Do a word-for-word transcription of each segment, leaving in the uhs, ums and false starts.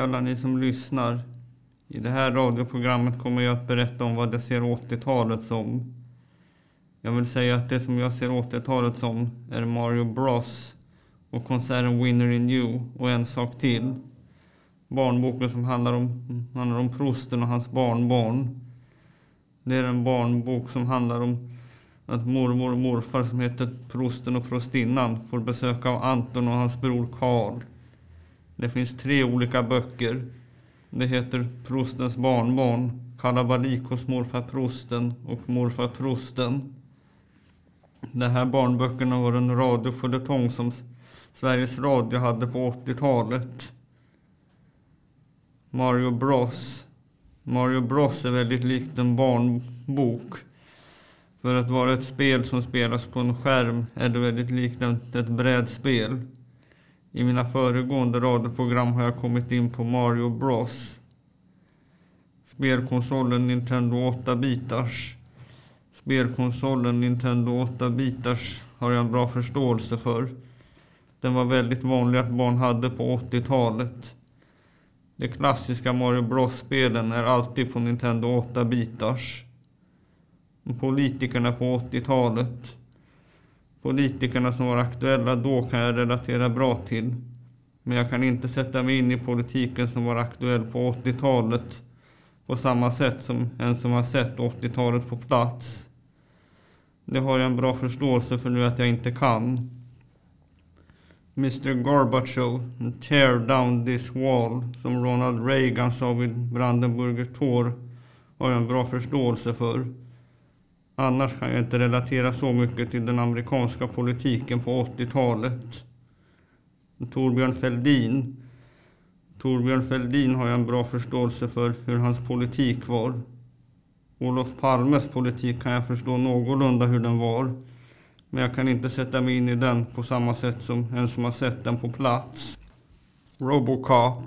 alla ni som lyssnar. I det här radioprogrammet kommer jag att berätta om vad jag ser åttiotalet som. Jag vill säga att det som jag ser åttiotalet som är Mario Bros och konserten Winner in You och en sak till. Barnboken som handlar om, handlar om prosten och hans barnbarn. Det är en barnbok som handlar om att mormor och morfar som heter prosten och prostinnan får besök av Anton och hans bror Karl. Det finns tre olika böcker. Det heter Prostens barnbarn, Kalabalik hos morfar prosten och morfar prosten. De här barnböckerna var en radioföljetong som Sveriges Radio hade på åttiotalet. Mario Bros. Mario Bros är väldigt likt en barnbok. För att vara ett spel som spelas på en skärm är det väldigt likt ett brädspel. I mina föregående radioprogram har jag kommit in på Mario Bros. Spelkonsolen Nintendo åtta-bitars. Spelkonsolen Nintendo åtta-bitars har jag en bra förståelse för. Den var väldigt vanlig att barn hade på åttiotalet. De klassiska Mario Bros-spelen är alltid på Nintendo åtta-bitars. Politikerna på åttiotalet. Politikerna som var aktuella då kan jag relatera bra till. Men jag kan inte sätta mig in i politiken som var aktuell på åttiotalet på samma sätt som en som har sett åttiotalet på plats. Det har jag en bra förståelse för nu att jag inte kan. mister Gorbachev, tear down this wall, som Ronald Reagan sa vid Brandenburger Tor, har jag en bra förståelse för. Annars kan jag inte relatera så mycket till den amerikanska politiken på åttiotalet. Torbjörn Fälldin. Torbjörn Fälldin har jag en bra förståelse för hur hans politik var. Olof Palmes politik kan jag förstå någorlunda hur den var. Men jag kan inte sätta mig in i den på samma sätt som en som har sett den på plats. Robocop.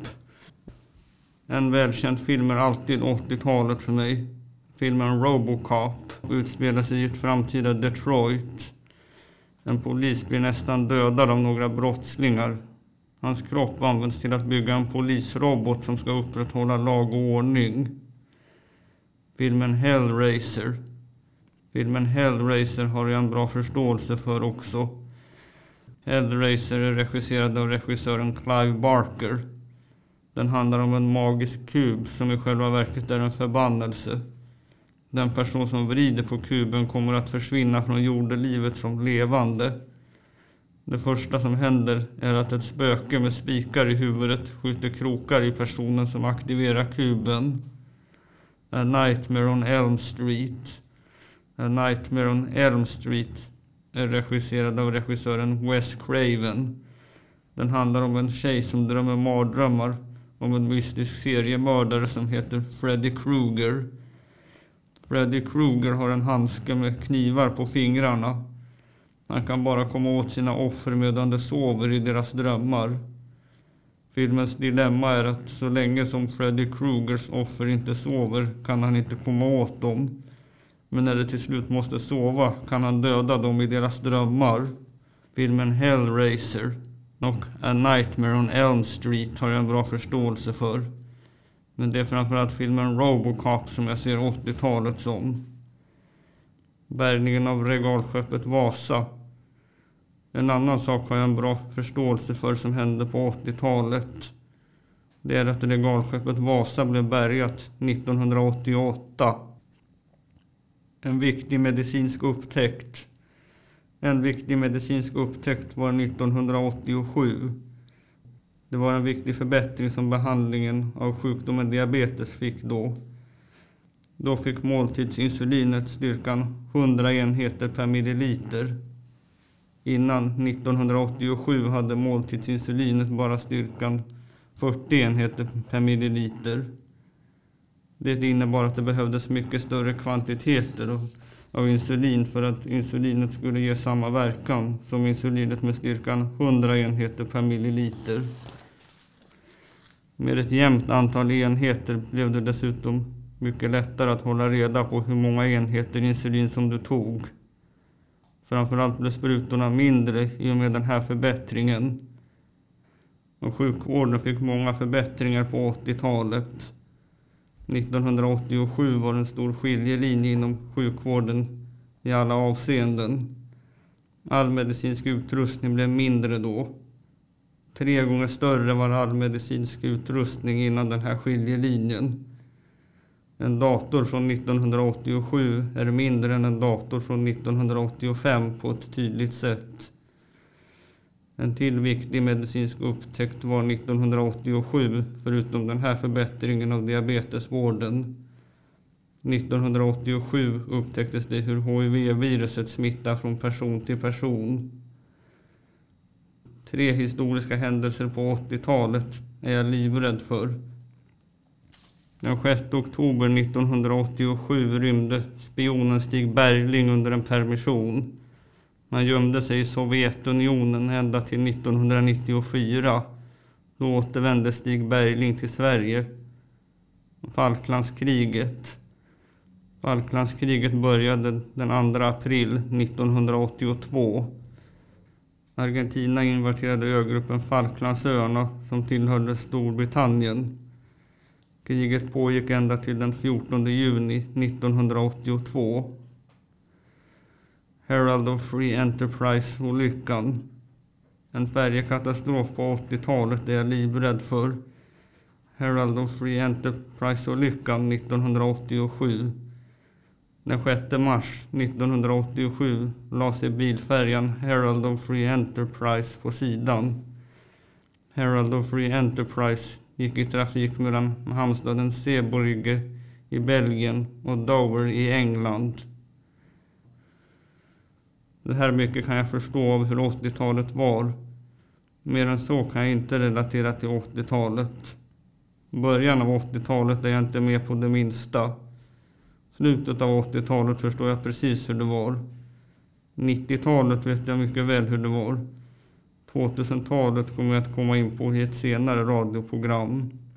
En välkänd film är alltid åttiotalet för mig. Filmen Robocop utspelar sig i ett framtida Detroit. En polis blir nästan dödad av några brottslingar. Hans kropp används till att bygga en polisrobot som ska upprätthålla lag och ordning. Filmen Hellraiser. Filmen Hellraiser har jag en bra förståelse för också. Hellraiser är regisserad av regissören Clive Barker. Den handlar om en magisk kub som i själva verket är en förbannelse. Den person som vrider på kuben kommer att försvinna från jordelivet som levande. Det första som händer är att ett spöke med spikar i huvudet skjuter krokar i personen som aktiverar kuben. A Nightmare on Elm Street. A Nightmare on Elm Street är regisserad av regissören Wes Craven. Den handlar om en tjej som drömmer mardrömmar om en mystisk seriemördare som heter Freddy Krueger. Freddy Krueger har en handske med knivar på fingrarna. Han kan bara komma åt sina offer medan de sover i deras drömmar. Filmens dilemma är att så länge som Freddy Kruegers offer inte sover kan han inte komma åt dem. Men när de till slut måste sova kan han döda dem i deras drömmar. Filmen Hellraiser och A Nightmare on Elm Street har jag en bra förståelse för. Men det är framförallt filmen Robocop som jag ser åttiotalet som. Bärgningen av regalskeppet Vasa. En annan sak har jag en bra förståelse för som hände på åttiotalet. Det är att regalskeppet Vasa blev bärgat nittonhundraåttioåtta. En viktig medicinsk upptäckt. En viktig medicinsk upptäckt var nittonhundraåttiosju. Det var en viktig förbättring som behandlingen av sjukdomen diabetes fick då. Då fick måltidsinsulinet styrkan hundra enheter per milliliter. Innan nittonhundraåttiosju hade måltidsinsulinet bara styrkan fyrtio enheter per milliliter. Det innebar att det behövdes mycket större kvantiteter av insulin för att insulinet skulle ge samma verkan som insulinet med styrkan hundra enheter per milliliter. Med ett jämnt antal enheter blev det dessutom mycket lättare att hålla reda på hur många enheter insulin som du tog. Framförallt blev sprutorna mindre i och med den här förbättringen. Och sjukvården fick många förbättringar på åttiotalet. nittonhundraåttiosju var en stor skiljelinje inom sjukvården i alla avseenden. All medicinsk utrustning blev mindre då. Tre gånger större var all medicinsk utrustning innan den här skiljelinjen. En dator från nittonhundraåttiosju är mindre än en dator från nittonhundraåttiofem på ett tydligt sätt. En till viktig medicinsk upptäckt var nittonhundraåttiosju, förutom den här förbättringen av diabetesvården. nittonhundraåttiosju upptäcktes det hur H I V-viruset smittar från person till person. Tre historiska händelser på åttiotalet är jag livrädd för. Den sjätte oktober nittonhundraåttiosju rymde spionen Stig Bergling under en permission. Han gömde sig i Sovjetunionen ända till nittonhundranittiofyra. Då återvände Stig Bergling till Sverige. Falklandskriget. Falklandskriget började den andra april nittonhundraåttiotvå. Argentina invaderade ögruppen Falklandsöarna som tillhörde Storbritannien. Kriget pågick ända till den fjortonde juni nittonhundraåttiotvå. Herald of Free Enterprise-olyckan. En färjekatastrof på åttiotalet är jag livrädd för. Herald of Free Enterprise-olyckan nittonhundraåttiosju. Den sjätte mars nittonhundraåttiosju la sig bilfärjan Herald of Free Enterprise på sidan. Herald of Free Enterprise gick i trafik mellan hamnstaden Zeebrugge i Belgien och Dover i England. Det här mycket kan jag förstå av hur åttiotalet var. Mer än så kan jag inte relatera till åttiotalet. Början av åttiotalet är jag inte med på det minsta. Slutet av åttiotalet förstår jag precis hur det var. nittiotalet vet jag mycket väl hur det var. tvåtusentalet kommer jag att komma in på i ett senare radioprogram.